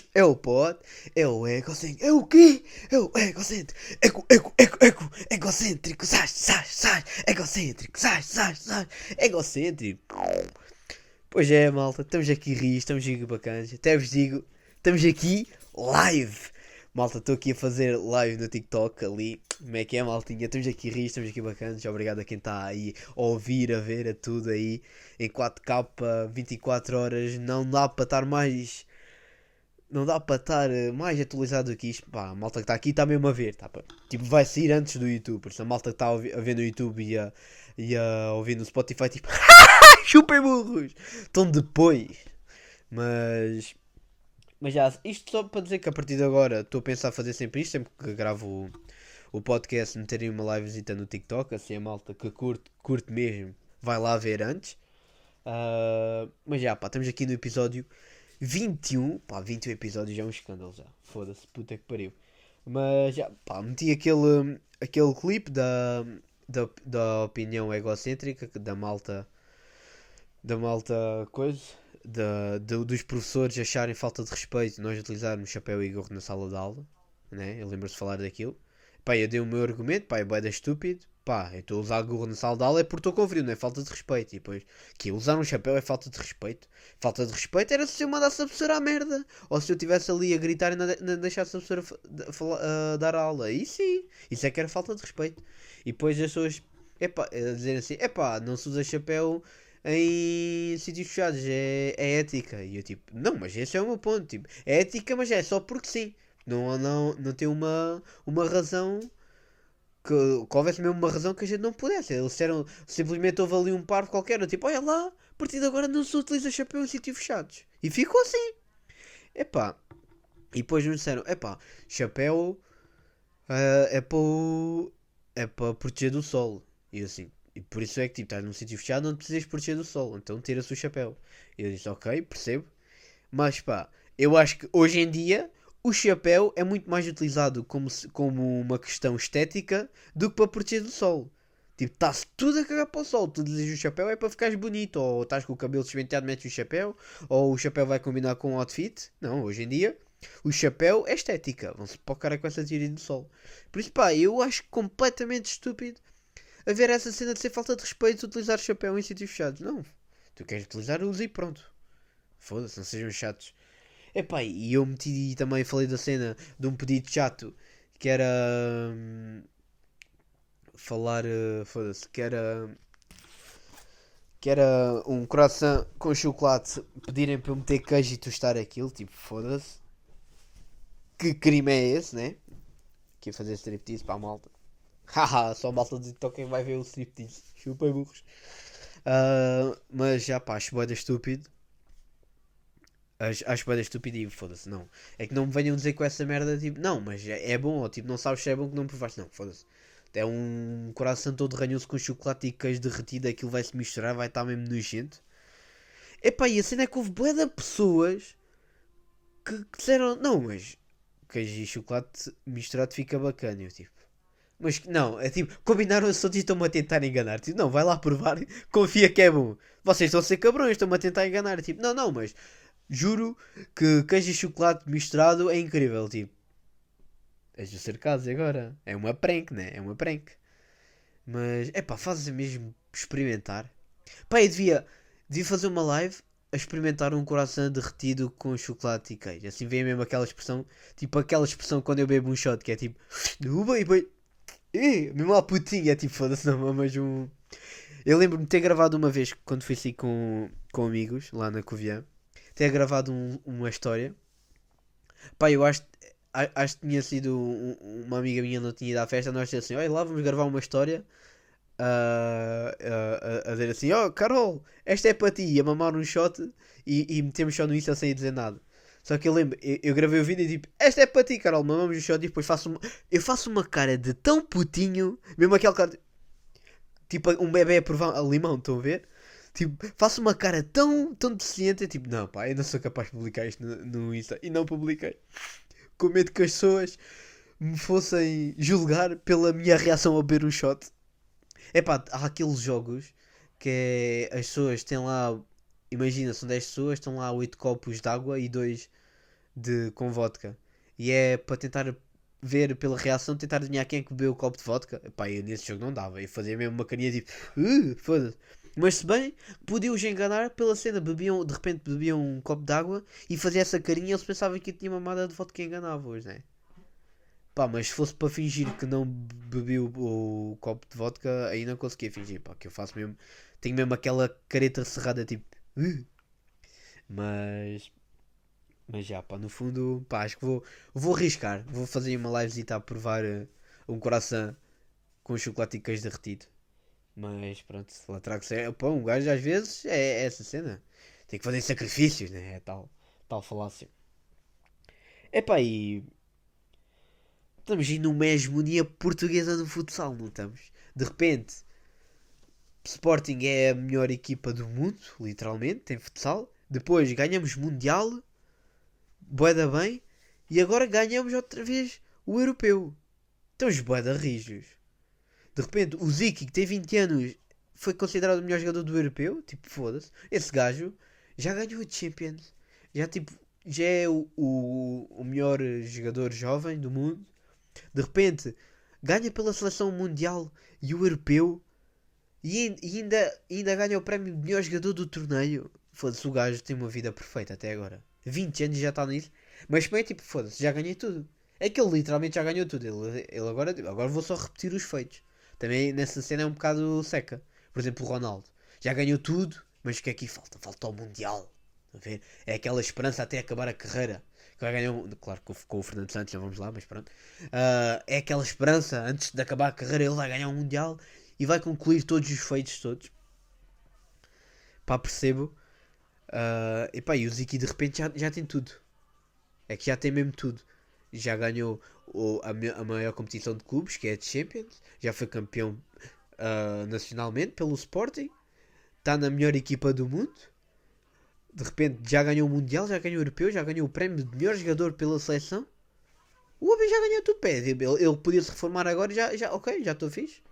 É o pod, é o egocêntrico. É o quê? É o egocêntrico. Egocêntrico. Sai. Egocêntrico. Sai. Egocêntrico. Pois é, malta. Estamos aqui rir, estamos aqui bacanas. Até vos digo, estamos aqui live. Malta, estou aqui a fazer live no TikTok ali. Como é que é, maltinha? Estamos aqui rir, estamos aqui bacanas. Obrigado a quem está aí a ouvir, a ver, a tudo aí. Em 4K, 24 horas. Não dá para estar mais. Não dá para estar mais atualizado do que isto. Pá, a malta que está aqui está mesmo a ver. Tá, pá. Tipo, vai sair antes do YouTube. Por isso a malta que está a ver no YouTube e a ouvir no Spotify, tipo, super burros! Estão depois. Mas. Mas já, isto só para dizer que a partir de agora estou a pensar fazer sempre isto. Sempre que gravo o podcast, meterem uma livezita no TikTok. Assim a malta que curte mesmo vai lá ver antes. Mas já, pá, estamos aqui no episódio 21. Pá, 21 episódios já é um escândalo já. Foda-se, puta que pariu. Mas já, pá, meti aquele clipe da opinião egocêntrica da malta coisa, dos professores acharem falta de respeito nós utilizarmos chapéu e gorro na sala de aula, né? Eu lembro-se de falar daquilo. Pá, eu dei o meu argumento, pá, é bué da estúpido. Pá, eu estou a usar gorro na sala de aula é porque estou com frio, não é falta de respeito. E depois, que usar um chapéu é falta de respeito. Falta de respeito era se eu mandasse a professora à merda. Ou se eu estivesse ali a gritar e não deixasse a professora dar a aula. Aí sim, isso é que era falta de respeito. E depois as pessoas, epá, a dizer assim, epá, não se usa chapéu em sítios fechados, é ética. E eu tipo, não, mas esse é o meu ponto. Tipo, é ética, mas é só porque sim. Não tem uma razão que houvesse mesmo uma razão que a gente não pudesse. Eles disseram, simplesmente houve ali um parvo qualquer, tipo, olha lá, a partir de agora não se utiliza chapéu em sítios fechados. E ficou assim. Epá. E depois nos disseram, epá, chapéu é para proteger do sol. E eu assim, e por isso é que tipo, estás num sítio fechado não precisas proteger do sol, então tira-se o chapéu. E eu disse, ok, percebo. Mas pá, eu acho que hoje em dia o chapéu é muito mais utilizado como uma questão estética do que para proteger do sol. Tipo, está-se tudo a cagar para o sol. Tu dizes o chapéu é para ficares bonito. Ou estás com o cabelo despenteado, metes o chapéu. Ou o chapéu vai combinar com o outfit. Não, hoje em dia o chapéu é estética. Vão-se para o cara com essa teoria do sol. Por isso, pá, eu acho completamente estúpido haver essa cena de ser falta de respeito utilizar chapéu em sítios fechados. Não. Tu queres utilizar, usa e pronto. Foda-se, não sejam chatos. Epá, e eu meti também, falei da cena de um pedido chato que era falar, foda-se, que era um croissant com chocolate, pedirem para eu meter queijo e tostar aquilo, tipo, foda-se. Que crime é esse, né? Que ia fazer striptease para a malta. Haha, só a malta de TikTok quem vai ver o striptease. Chupa burros. Mas já pá, acho boeda estúpido. Acho boeda estúpido e foda-se, não. É que não me venham dizer com essa merda, tipo, não, mas é bom, ou tipo, não sabes se é bom que não provaste. Não, foda-se. É um coração todo ranhoso com chocolate e queijo derretido, aquilo vai se misturar, vai estar mesmo nojento. Epá, e a cena é que houve bué de pessoas que disseram, não, mas queijo e chocolate misturado fica bacana. Eu tipo, mas não, é tipo, combinaram-se todos e estão-me a tentar enganar. Tipo, não, vai lá provar, confia que é bom. Vocês estão a ser cabrões, estão-me a tentar enganar. Tipo, não, mas juro que queijo e chocolate misturado é incrível. Tipo, és do sarcasmo agora. É uma prank, né? É uma prank. Mas, é pá, fazem mesmo experimentar. Pá, eu devia fazer uma live a experimentar um coração derretido com chocolate e queijo. Assim vem mesmo aquela expressão, tipo aquela expressão quando eu bebo um shot, que é tipo, bem, mesmo a putinha, é tipo, foda-se, não, mas um. Eu lembro-me de ter gravado uma vez, quando fui assim com amigos, lá na Covilhã, ter gravado uma história. Pá, eu acho que tinha sido uma amiga minha não tinha ido à festa, nós dissemos assim, olha lá, vamos gravar uma história a dizer assim, oh Carol, esta é para ti, e a mamar um shot e metemos só no Insta sem dizer nada. Só que eu lembro, eu gravei o vídeo e tipo, esta é para ti, Carol, mamamos um shot e depois eu faço uma cara de tão putinho, mesmo aquele cara, tipo um bebê a provar a limão, estão a ver? Tipo, faço uma cara tão deficiente, tipo, não pá, eu não sou capaz de publicar isto no Insta e não publiquei. Com medo que as pessoas me fossem julgar pela minha reação ao beber um shot. É pá, há aqueles jogos que é, as pessoas têm lá, imagina, são 10 pessoas, estão lá 8 copos de água e 2 uh, com vodka. E é para tentar ver pela reação, tentar adivinhar quem é que bebeu o copo de vodka. Epá, eu nesse jogo não dava. Eu fazia mesmo uma carinha tipo, foda-se. Mas se bem, podiam-os enganar pela cena. Bebiam, de repente bebiam um copo de água e fazia essa carinha e eles pensavam que eu tinha mamada de vodka e enganava-os, né? Pá, mas se fosse para fingir que não bebi o copo de vodka, aí não conseguia fingir, pá, que eu faço mesmo, tenho mesmo aquela careta cerrada, tipo, mas, mas já, pá, no fundo, pá, acho que vou arriscar, vou fazer uma livezita a provar um coração com chocolate e queijo derretido, mas pronto, lá trago se pá, um gajo às vezes é essa cena, tem que fazer sacrifícios, né, é tal falácia. Epá, e estamos aí numa hegemonia portuguesa no futsal, não estamos? De repente, Sporting é a melhor equipa do mundo, literalmente, tem futsal. Depois ganhamos Mundial, bué da bem. E agora ganhamos outra vez o Europeu. Estamos bué da rijos. De repente, o Ziki, que tem 20 anos, foi considerado o melhor jogador do Europeu. Tipo, foda-se. Esse gajo já ganhou a Champions. Já, tipo, já é o melhor jogador jovem do mundo. De repente, ganha pela seleção mundial e o europeu e ainda ganha o prémio de melhor jogador do torneio. Foda-se, o gajo tem uma vida perfeita até agora. 20 anos já está nisso. Mas também, tipo, foda-se, já ganhei tudo. É que ele literalmente já ganhou tudo. Ele agora, tipo, agora vou só repetir os feitos. Também nessa cena é um bocado seca. Por exemplo, o Ronaldo. Já ganhou tudo, mas o que é que falta? Falta o Mundial. A ver? É aquela esperança até acabar a carreira. Que vai ganhar, claro, com o Fernando Santos, já vamos lá, mas pronto. É aquela esperança, antes de acabar a carreira, ele vai ganhar um Mundial e vai concluir todos os feitos todos. Pá, percebo. E o Ziki de repente já tem tudo. É que já tem mesmo tudo. Já ganhou a maior competição de clubes, que é a Champions. Já foi campeão nacionalmente pelo Sporting. Está na melhor equipa do mundo. De repente já ganhou o Mundial, já ganhou o Europeu, já ganhou o prémio de melhor jogador pela seleção. O homem já ganhou tudo, pé. Ele podia se reformar agora e ok, já estou fixe.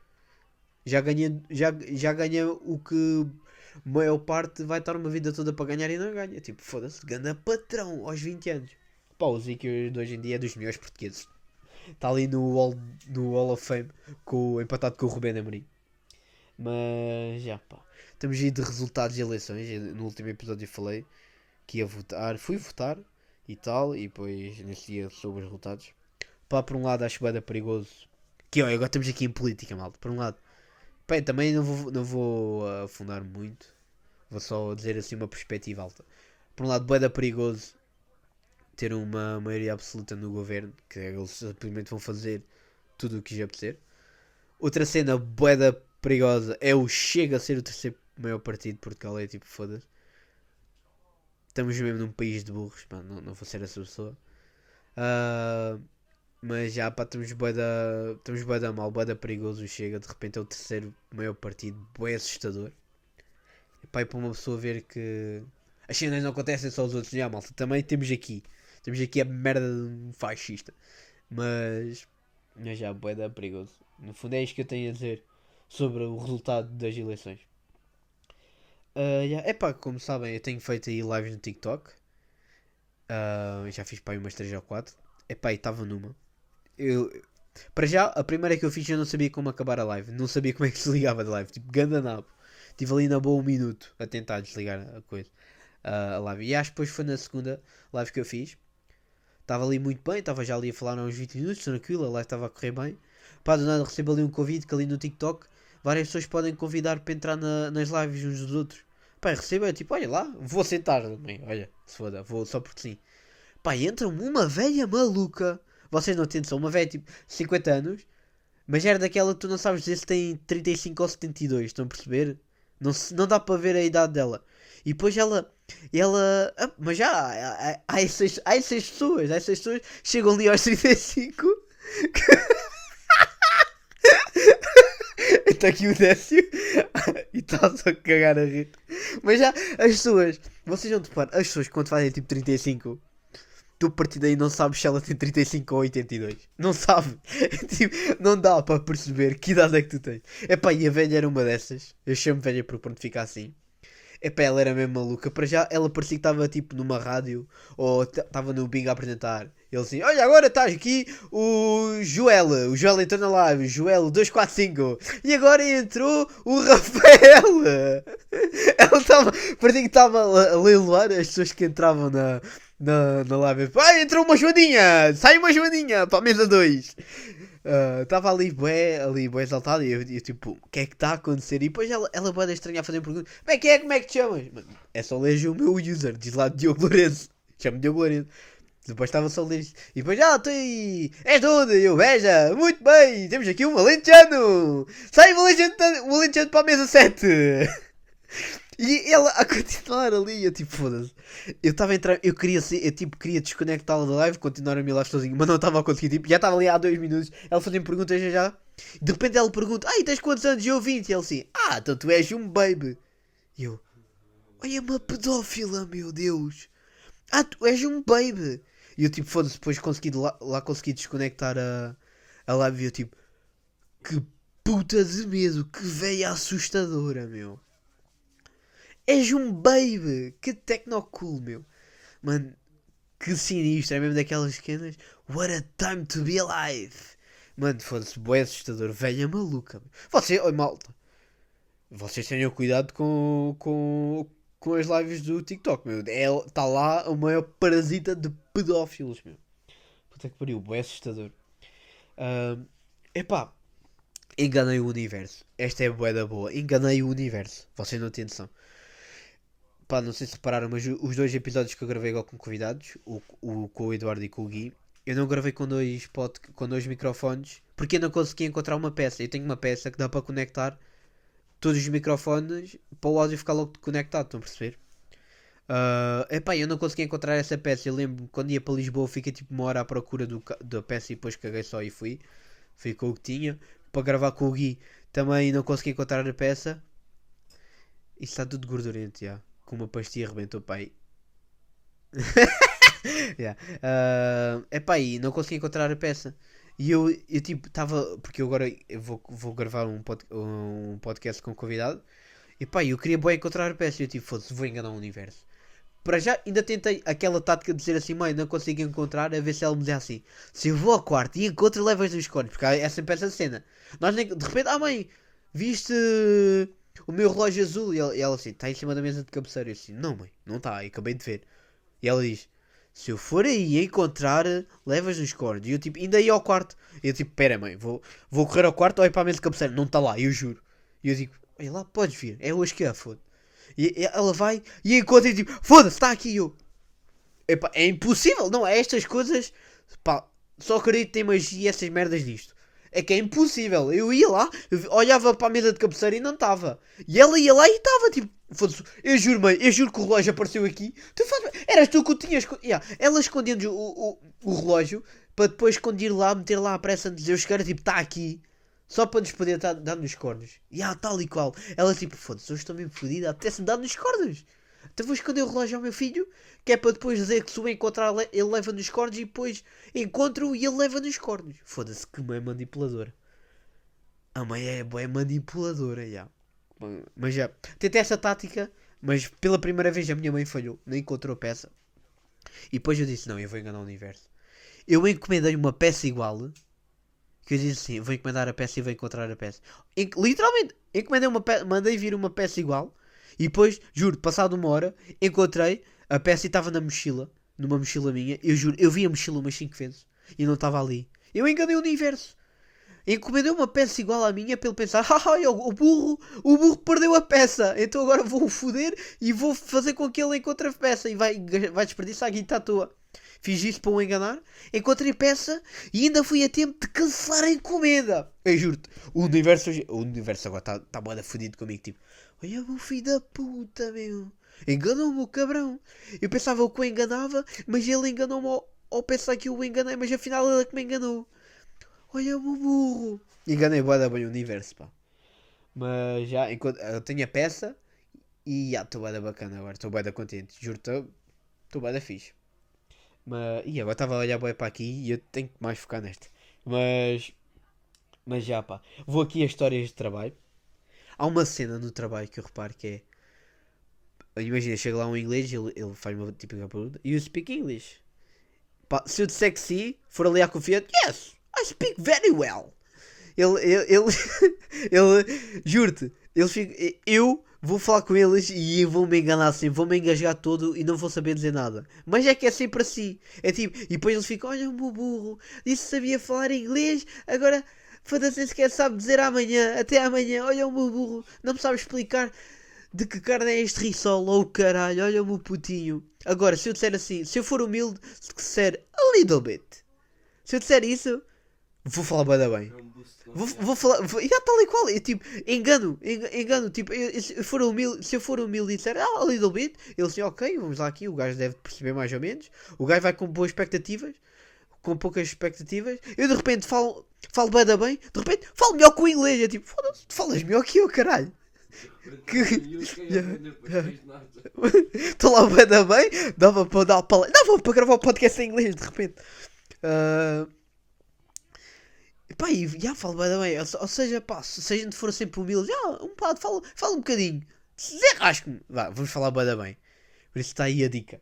Já ganhei o que a maior parte vai estar uma vida toda para ganhar e não ganha. Tipo, foda-se, ganda patrão aos 20 anos. Pá, o Zico de hoje em dia é dos melhores portugueses. Está ali no Hall of Fame, empatado com o Rubén Amorim. Mas já, pá. Estamos aí de resultados de eleições. No último episódio eu falei que ia votar. Fui votar e tal. E depois nesse dia soube os resultados. Pá, por um lado acho bem perigoso. Que ó, agora estamos aqui em política, malta. Por um lado. Bem, também não vou afundar muito. Vou só dizer assim uma perspectiva alta. Por um lado, bué perigoso ter uma maioria absoluta no governo. Que eles simplesmente vão fazer tudo o que lhes apetecer. Outra cena bué perigosa é o Chega a ser o terceiro maior partido de Portugal. É tipo, foda-se. Estamos mesmo num país de burros. Pá, não vou ser essa pessoa. Mas já, pá, estamos bué da mal, bué da perigoso. O Chega, de repente, é o terceiro maior partido. Bué assustador. E pá, e para uma pessoa ver que as cenas não acontecem só aos outros. Já, malta, também temos aqui a merda de um fascista. Mas já, bué da perigoso. No fundo é isto que eu tenho a dizer sobre o resultado das eleições. Epá, como sabem, eu tenho feito aí lives no TikTok. Já fiz para aí umas 3 ou 4. Epá, e estava numa. Para já, a primeira que eu fiz eu não sabia como acabar a live. Não sabia como é que se ligava de live. Tipo, ganda nabo. Estive ali na boa 1 minuto a tentar desligar a coisa. A live. E acho que depois foi na segunda live que eu fiz. Estava ali muito bem. Estava já ali a falar há uns 20 minutos. Tranquilo, a live estava a correr bem. Pá, do nada recebo ali um convite que ali no TikTok várias pessoas podem convidar para entrar nas lives uns dos outros. Pá, recebo, é tipo, olha lá, vou sentar também. Olha, se foda, vou só porque sim. Pá, entra-me uma velha maluca. Vocês não têm noção, uma velha tipo 50 anos. Mas era daquela que tu não sabes dizer se tem 35 ou 72, estão a perceber? Não dá para ver a idade dela. E depois mas já há essas pessoas chegam ali aos 35. Está aqui o Décio e está-se a cagar a rir. Mas já, as pessoas, vocês não te param, as pessoas quando fazem tipo 35, tu a partir daí não sabes se ela tem 35 ou 82. Não sabe. Tipo, não dá para perceber que idade é que tu tens. Epá, e a velha era uma dessas. Eu chamo velha porque pronto fica assim. Epá, ela era mesmo maluca. Para já, ela parecia que estava tipo numa rádio ou estava no Bing a apresentar. Ele assim: Olha, agora estás aqui o Joel. O Joel entrou na live. O Joel 245. E agora entrou o Rafael. Ela estava. Parecia que estava a leiloar as pessoas que entravam na live. Ai, entrou uma Joaninha. Sai uma Joaninha para a mesa 2. Estava ali bué exaltado e eu tipo, o que é que está a acontecer? E depois ela bué estranha a fazer perguntas. Como é que te chamas? Mano, é só ler o meu user, diz lá Diogo Lourenço. Chamo-me Diogo Lourenço. Depois estava só a ler isto. E depois, tu aí, és de onde? Eu, veja, muito bem, temos aqui um alentejano. Sai o alentejano para a mesa 7. E ela a continuar ali, eu tipo, foda-se. Eu estava a entrar, eu queria ser, eu tipo, queria desconectá-la da live, continuar a me lá sozinho, mas não estava a conseguir, tipo, já estava ali há 2 minutos, ela fazia perguntas já. De repente ela pergunta, ai, tens quantos anos? E eu 20. E ele assim, então tu és um baby. E eu, olha, uma pedófila, meu Deus. Tu és um baby. E eu tipo, foda-se, depois consegui lá consegui desconectar a live e eu tipo, que puta de medo, que velha assustadora, meu. És um baby! Que tecnocool, meu. Mano, que sinistro. É mesmo daquelas pequenas. What a time to be alive! Mano, foda-se, bué assustador. Velha maluca. Oi malta. Vocês tenham cuidado com as lives do TikTok, meu. Está lá o maior parasita de pedófilos, meu. Puta que pariu, bué assustador. Epá, enganei o universo. Esta é bué da boa. Enganei o universo. Vocês não têm noção. Pá, não sei se repararam, mas os 2 episódios que eu gravei agora com convidados, com o Eduardo e com o Gui, eu não gravei com dois microfones, porque eu não consegui encontrar uma peça. Eu tenho uma peça que dá para conectar todos os microfones para o áudio ficar logo conectado, estão a perceber? Epá, eu não consegui encontrar essa peça. Eu lembro quando ia para Lisboa, fiquei tipo uma hora à procura da peça e depois caguei só e fui. Fui com o que tinha. Para gravar com o Gui também não consegui encontrar a peça. Isso está tudo gordurento, já. Com uma pastilha arrebentou, pai. Yeah. Epá, e não consegui encontrar a peça. E eu tipo, estava. Porque eu agora vou gravar um podcast com um convidado. E pá, eu queria bem encontrar a peça. E eu tipo, foda-se, vou enganar o universo. Para já, ainda tentei aquela tática de dizer assim, mãe, não consigo encontrar. A ver se ela me diz assim: se eu vou ao quarto e encontro, levas nos cones. Porque é sempre essa cena. Nós nem, de repente, mãe, viste o meu relógio azul? E ela assim, está em cima da mesa de cabeceira. Eu assim, não, mãe, não está, acabei de ver. E ela diz: se eu for aí encontrar, levas nos cornos. E eu tipo, ainda ia ao quarto. E eu tipo, pera, mãe, vou correr ao quarto ou ir para a mesa de cabeceira? Não está lá, eu juro. E eu digo, olha lá, podes vir, é hoje que é, foda. E ela vai e encontra e tipo, foda-se, está aqui eu. Epá, é impossível, não, é estas coisas. Pá, só acredito que tem magia e essas merdas nisto. É que é impossível. Eu ia lá, eu olhava para a mesa de cabeceira e não estava. E ela ia lá e estava, tipo, foda-se. Eu juro, mãe, eu juro que o relógio apareceu aqui. Eras tu que o tinhas. Yeah. Ela escondendo o relógio para depois, quando ir lá, meter lá a pressa de dizer os caras, tipo, está aqui. Só para nos poder dar nos cornos. Tal e qual. Ela, tipo, foda-se, hoje estou mesmo fodida, apetece-me dar nos cornos. Então vou esconder o relógio ao meu filho, que é para depois dizer que se o encontrar ele leva nos cornos e depois encontro e ele leva nos cornos. Foda-se, que mãe manipuladora. A mãe é boa manipuladora, já. Mas já, tentei essa tática, mas pela primeira vez a minha mãe falhou, não encontrou a peça. E depois eu disse, não, eu vou enganar o universo. Eu encomendei uma peça igual, que eu disse assim, vou encomendar a peça e vou encontrar a peça. Literalmente, encomendei mandei vir uma peça igual. E depois, juro, passado uma hora, encontrei a peça e estava na mochila. Numa mochila minha. Eu juro, eu vi a mochila umas 5 vezes. E não estava ali. Eu enganei o universo. Encomendei uma peça igual à minha para ele pensar, o burro perdeu a peça. Então agora vou o foder e vou fazer com que ele encontre a peça. E vai desperdiçar a guita à toa. Fiz isso para o enganar. Encontrei a peça e ainda fui a tempo de cancelar a encomenda. Eu juro-te, o universo agora está moda fodido comigo. Tipo, olha meu filho da puta, meu. Enganou-me o cabrão. Eu pensava que o enganava, mas ele enganou-me ao pensar que eu o enganei, mas afinal ele é que me enganou. Olha o burro. Enganei bem o universo, pá. Mas já, eu tenho a peça e já, estou bem bacana agora. Estou bem contente. Juro-te, estou bem fixe. E agora estava a olhar bem para aqui e eu tenho que mais focar nesta. Mas já, pá. Vou aqui a histórias de trabalho. Há uma cena no trabalho que eu reparo que é imagina, chega lá um inglês, ele faz uma típica pergunta. You speak English? Pá, se eu disser que sim, for ali à confiante, yes, I speak very well. Ele juro-te, eu vou falar com eles e vou-me enganar assim, vou-me engasgar todo e não vou saber dizer nada. Mas é que é sempre assim. É tipo, e depois eles ficam, olha o meu burro, disse que sabia falar inglês, agora foda-se, nem sequer sabe dizer amanhã, até amanhã, olha o meu burro, não me sabe explicar de que carne é este rissol, ou caralho, olha o meu putinho. Agora, se eu disser assim, se eu for humilde, se disser a little bit, se eu disser isso, vou falar bem. Vou falar, já tal e qual, eu, tipo, engano, tipo, se eu for humilde e disser, a little bit, ele assim, ok, vamos lá aqui, o gajo deve perceber mais ou menos, o gajo vai com boas expectativas, com poucas expectativas, eu de repente falo bem, de repente falo melhor que o inglês, é tipo, foda-se, tu falas melhor que eu, caralho. Estou lá bem, dava para gravar o podcast em inglês de repente. Pá, e já falo bem. Ou seja, pá, se a gente for sempre humilde, fala um bocadinho. Desenrasco-me. Vá, vamos falar bem. Por isso está aí a dica.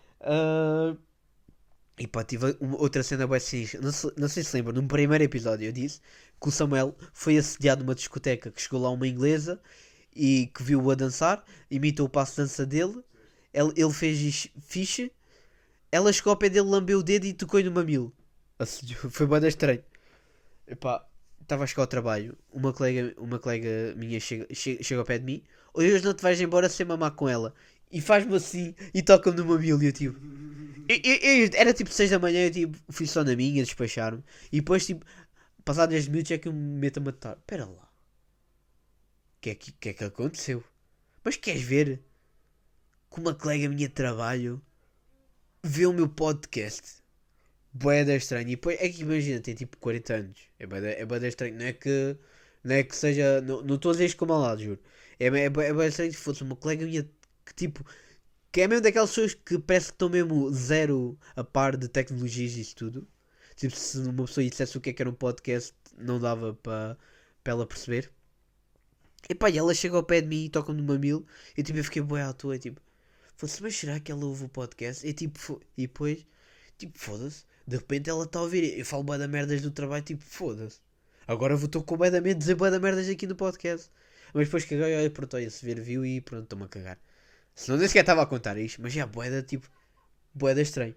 E pá, tive outra cena bem assim. Não sei se lembra, no primeiro episódio eu disse que o Samuel foi assediado numa discoteca, que chegou lá uma inglesa e que viu-o a dançar, imitou o passo de dança dele, ele fez fixe, ela chegou ao pé dele, lambeu o dedo e tocou-lhe no mamilo. Foi bem estranho. Epá, estava a chegar ao trabalho, uma colega minha chega ao pé de mim, hoje não te vais embora sem mamar com ela. E faz-me assim e toca-me no mamilo e eu tipo... era tipo 6 da manhã, eu tipo, fui só na minha, despachar-me. E depois tipo, passado 10 minutos é que eu me meto a matar. Espera lá. O que é que aconteceu? Mas queres ver que uma colega minha de trabalho vê o meu podcast? Boeda estranho. E depois é que imagina, tem tipo 40 anos. É boeda estranho. Não é que seja. Não estou a dizer isto com maldade, juro. É boeda estranho se fosse uma colega minha que tipo. Que é mesmo daquelas pessoas que parece que estão mesmo zero a par de tecnologias e isso tudo. Tipo, se uma pessoa dissesse o que era um podcast, não dava para ela perceber. E pá, e ela chega ao pé de mim e toca-me no mamilo. E tipo, eu fiquei boé à toa. Tipo, foda-se, mas será que ela ouve o podcast? E tipo, e depois, tipo, foda-se. De repente ela está a ouvir. Eu falo bué da merdas do trabalho, tipo, foda-se. Agora estou com bué da medo de dizer bué da merdas aqui no podcast. Mas depois caguei, olha, pronto, olha, se ver viu e pronto, estou-me a cagar. Se não nem sequer estava a contar isto, mas já bué da tipo, bué da estranho.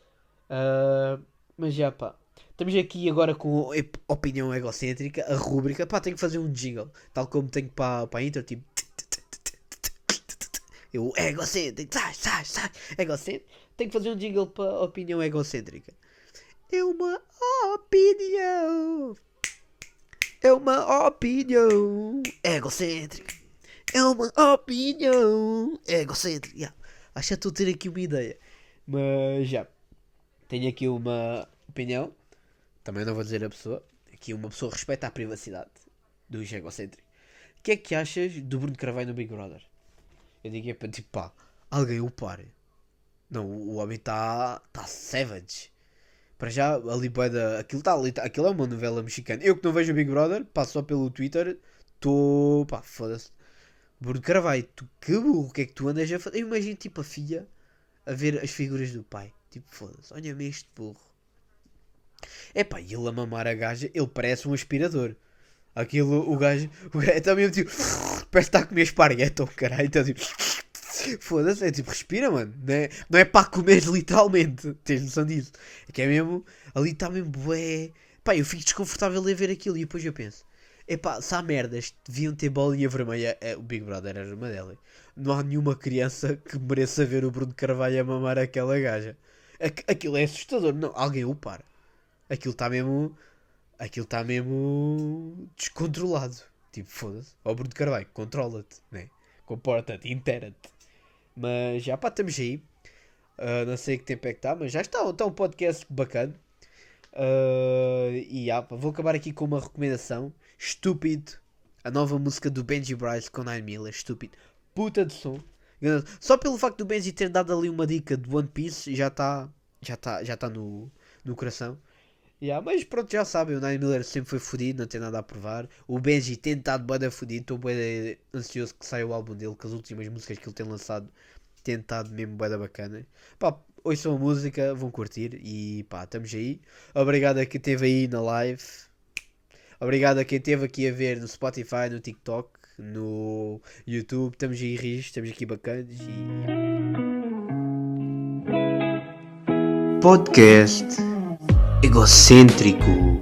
Mas já pá. Estamos aqui agora com a opinião egocêntrica, a rúbrica. Pá, tenho que fazer um jingle. Tal como tenho para a intro, tipo. Eu, egocêntrico, sai, egocêntrico. Tenho que fazer um jingle para a opinião egocêntrica. É uma opinião. É uma opinião egocêntrica. É uma opinião egocêntrica. Yeah. Acho que estou a ter aqui uma ideia. Mas já. Tenho aqui uma opinião. Também não vou dizer a pessoa. Aqui uma pessoa respeita a privacidade do egocêntrico. O que é que achas do Bruno Carvalho no Big Brother? Eu digo é para tipo, pá, alguém o pare. Não, o homem está savage. Para já, ali boeda, aquilo é uma novela mexicana. Eu que não vejo o Big Brother, passo só pelo Twitter, estou, pá, foda-se. Bruno Carvalho, tu que burro, o que é que tu andas a fazer? Eu imagino tipo a filha a ver as figuras do pai. Tipo, foda-se, olha-me este burro. É pá, e ele a mamar a gaja, ele parece um aspirador. Aquilo, o gajo está mesmo tipo, parece que está a comer esparguete, ou caralho, está tipo, foda-se, é tipo, respira, mano. Não é para comer literalmente, tens noção disso. É que é mesmo, ali está mesmo bué. Pá, eu fico desconfortável a ver aquilo e depois eu penso, epá, se há merdas deviam ter bolinha vermelha, o Big Brother era uma delas. Não há nenhuma criança que mereça ver o Bruno Carvalho a mamar aquela gaja. Aquilo é assustador, não, alguém o para. Aquilo está mesmo descontrolado. Tipo, foda-se. Ó Bruno Carvalho, controla-te, né? Comporta-te, intera-te. Mas já pá, estamos aí. Não sei que tempo é que está, mas já está um podcast bacana. E pá, vou acabar aqui com uma recomendação. Estúpido. A nova música do Benji Bryce com 9 Miller. Estúpido. Puta de som. Só pelo facto do Benji ter dado ali uma dica de One Piece, já está no coração. Yeah, mas pronto, já sabem, o Nine Miller sempre foi fodido, não tem nada a provar. O Benji tem estado bué da fodido, estou bué ansioso que saia o álbum dele, que as últimas músicas que ele tem lançado têm estado mesmo bué da bacana. Pá, ouçam a música, vão curtir e pá, estamos aí. Obrigado a quem esteve aí na live. Obrigado a quem esteve aqui a ver no Spotify, no TikTok, no YouTube. Estamos aí rijos, estamos aqui bacanas e... Podcast egocêntrico.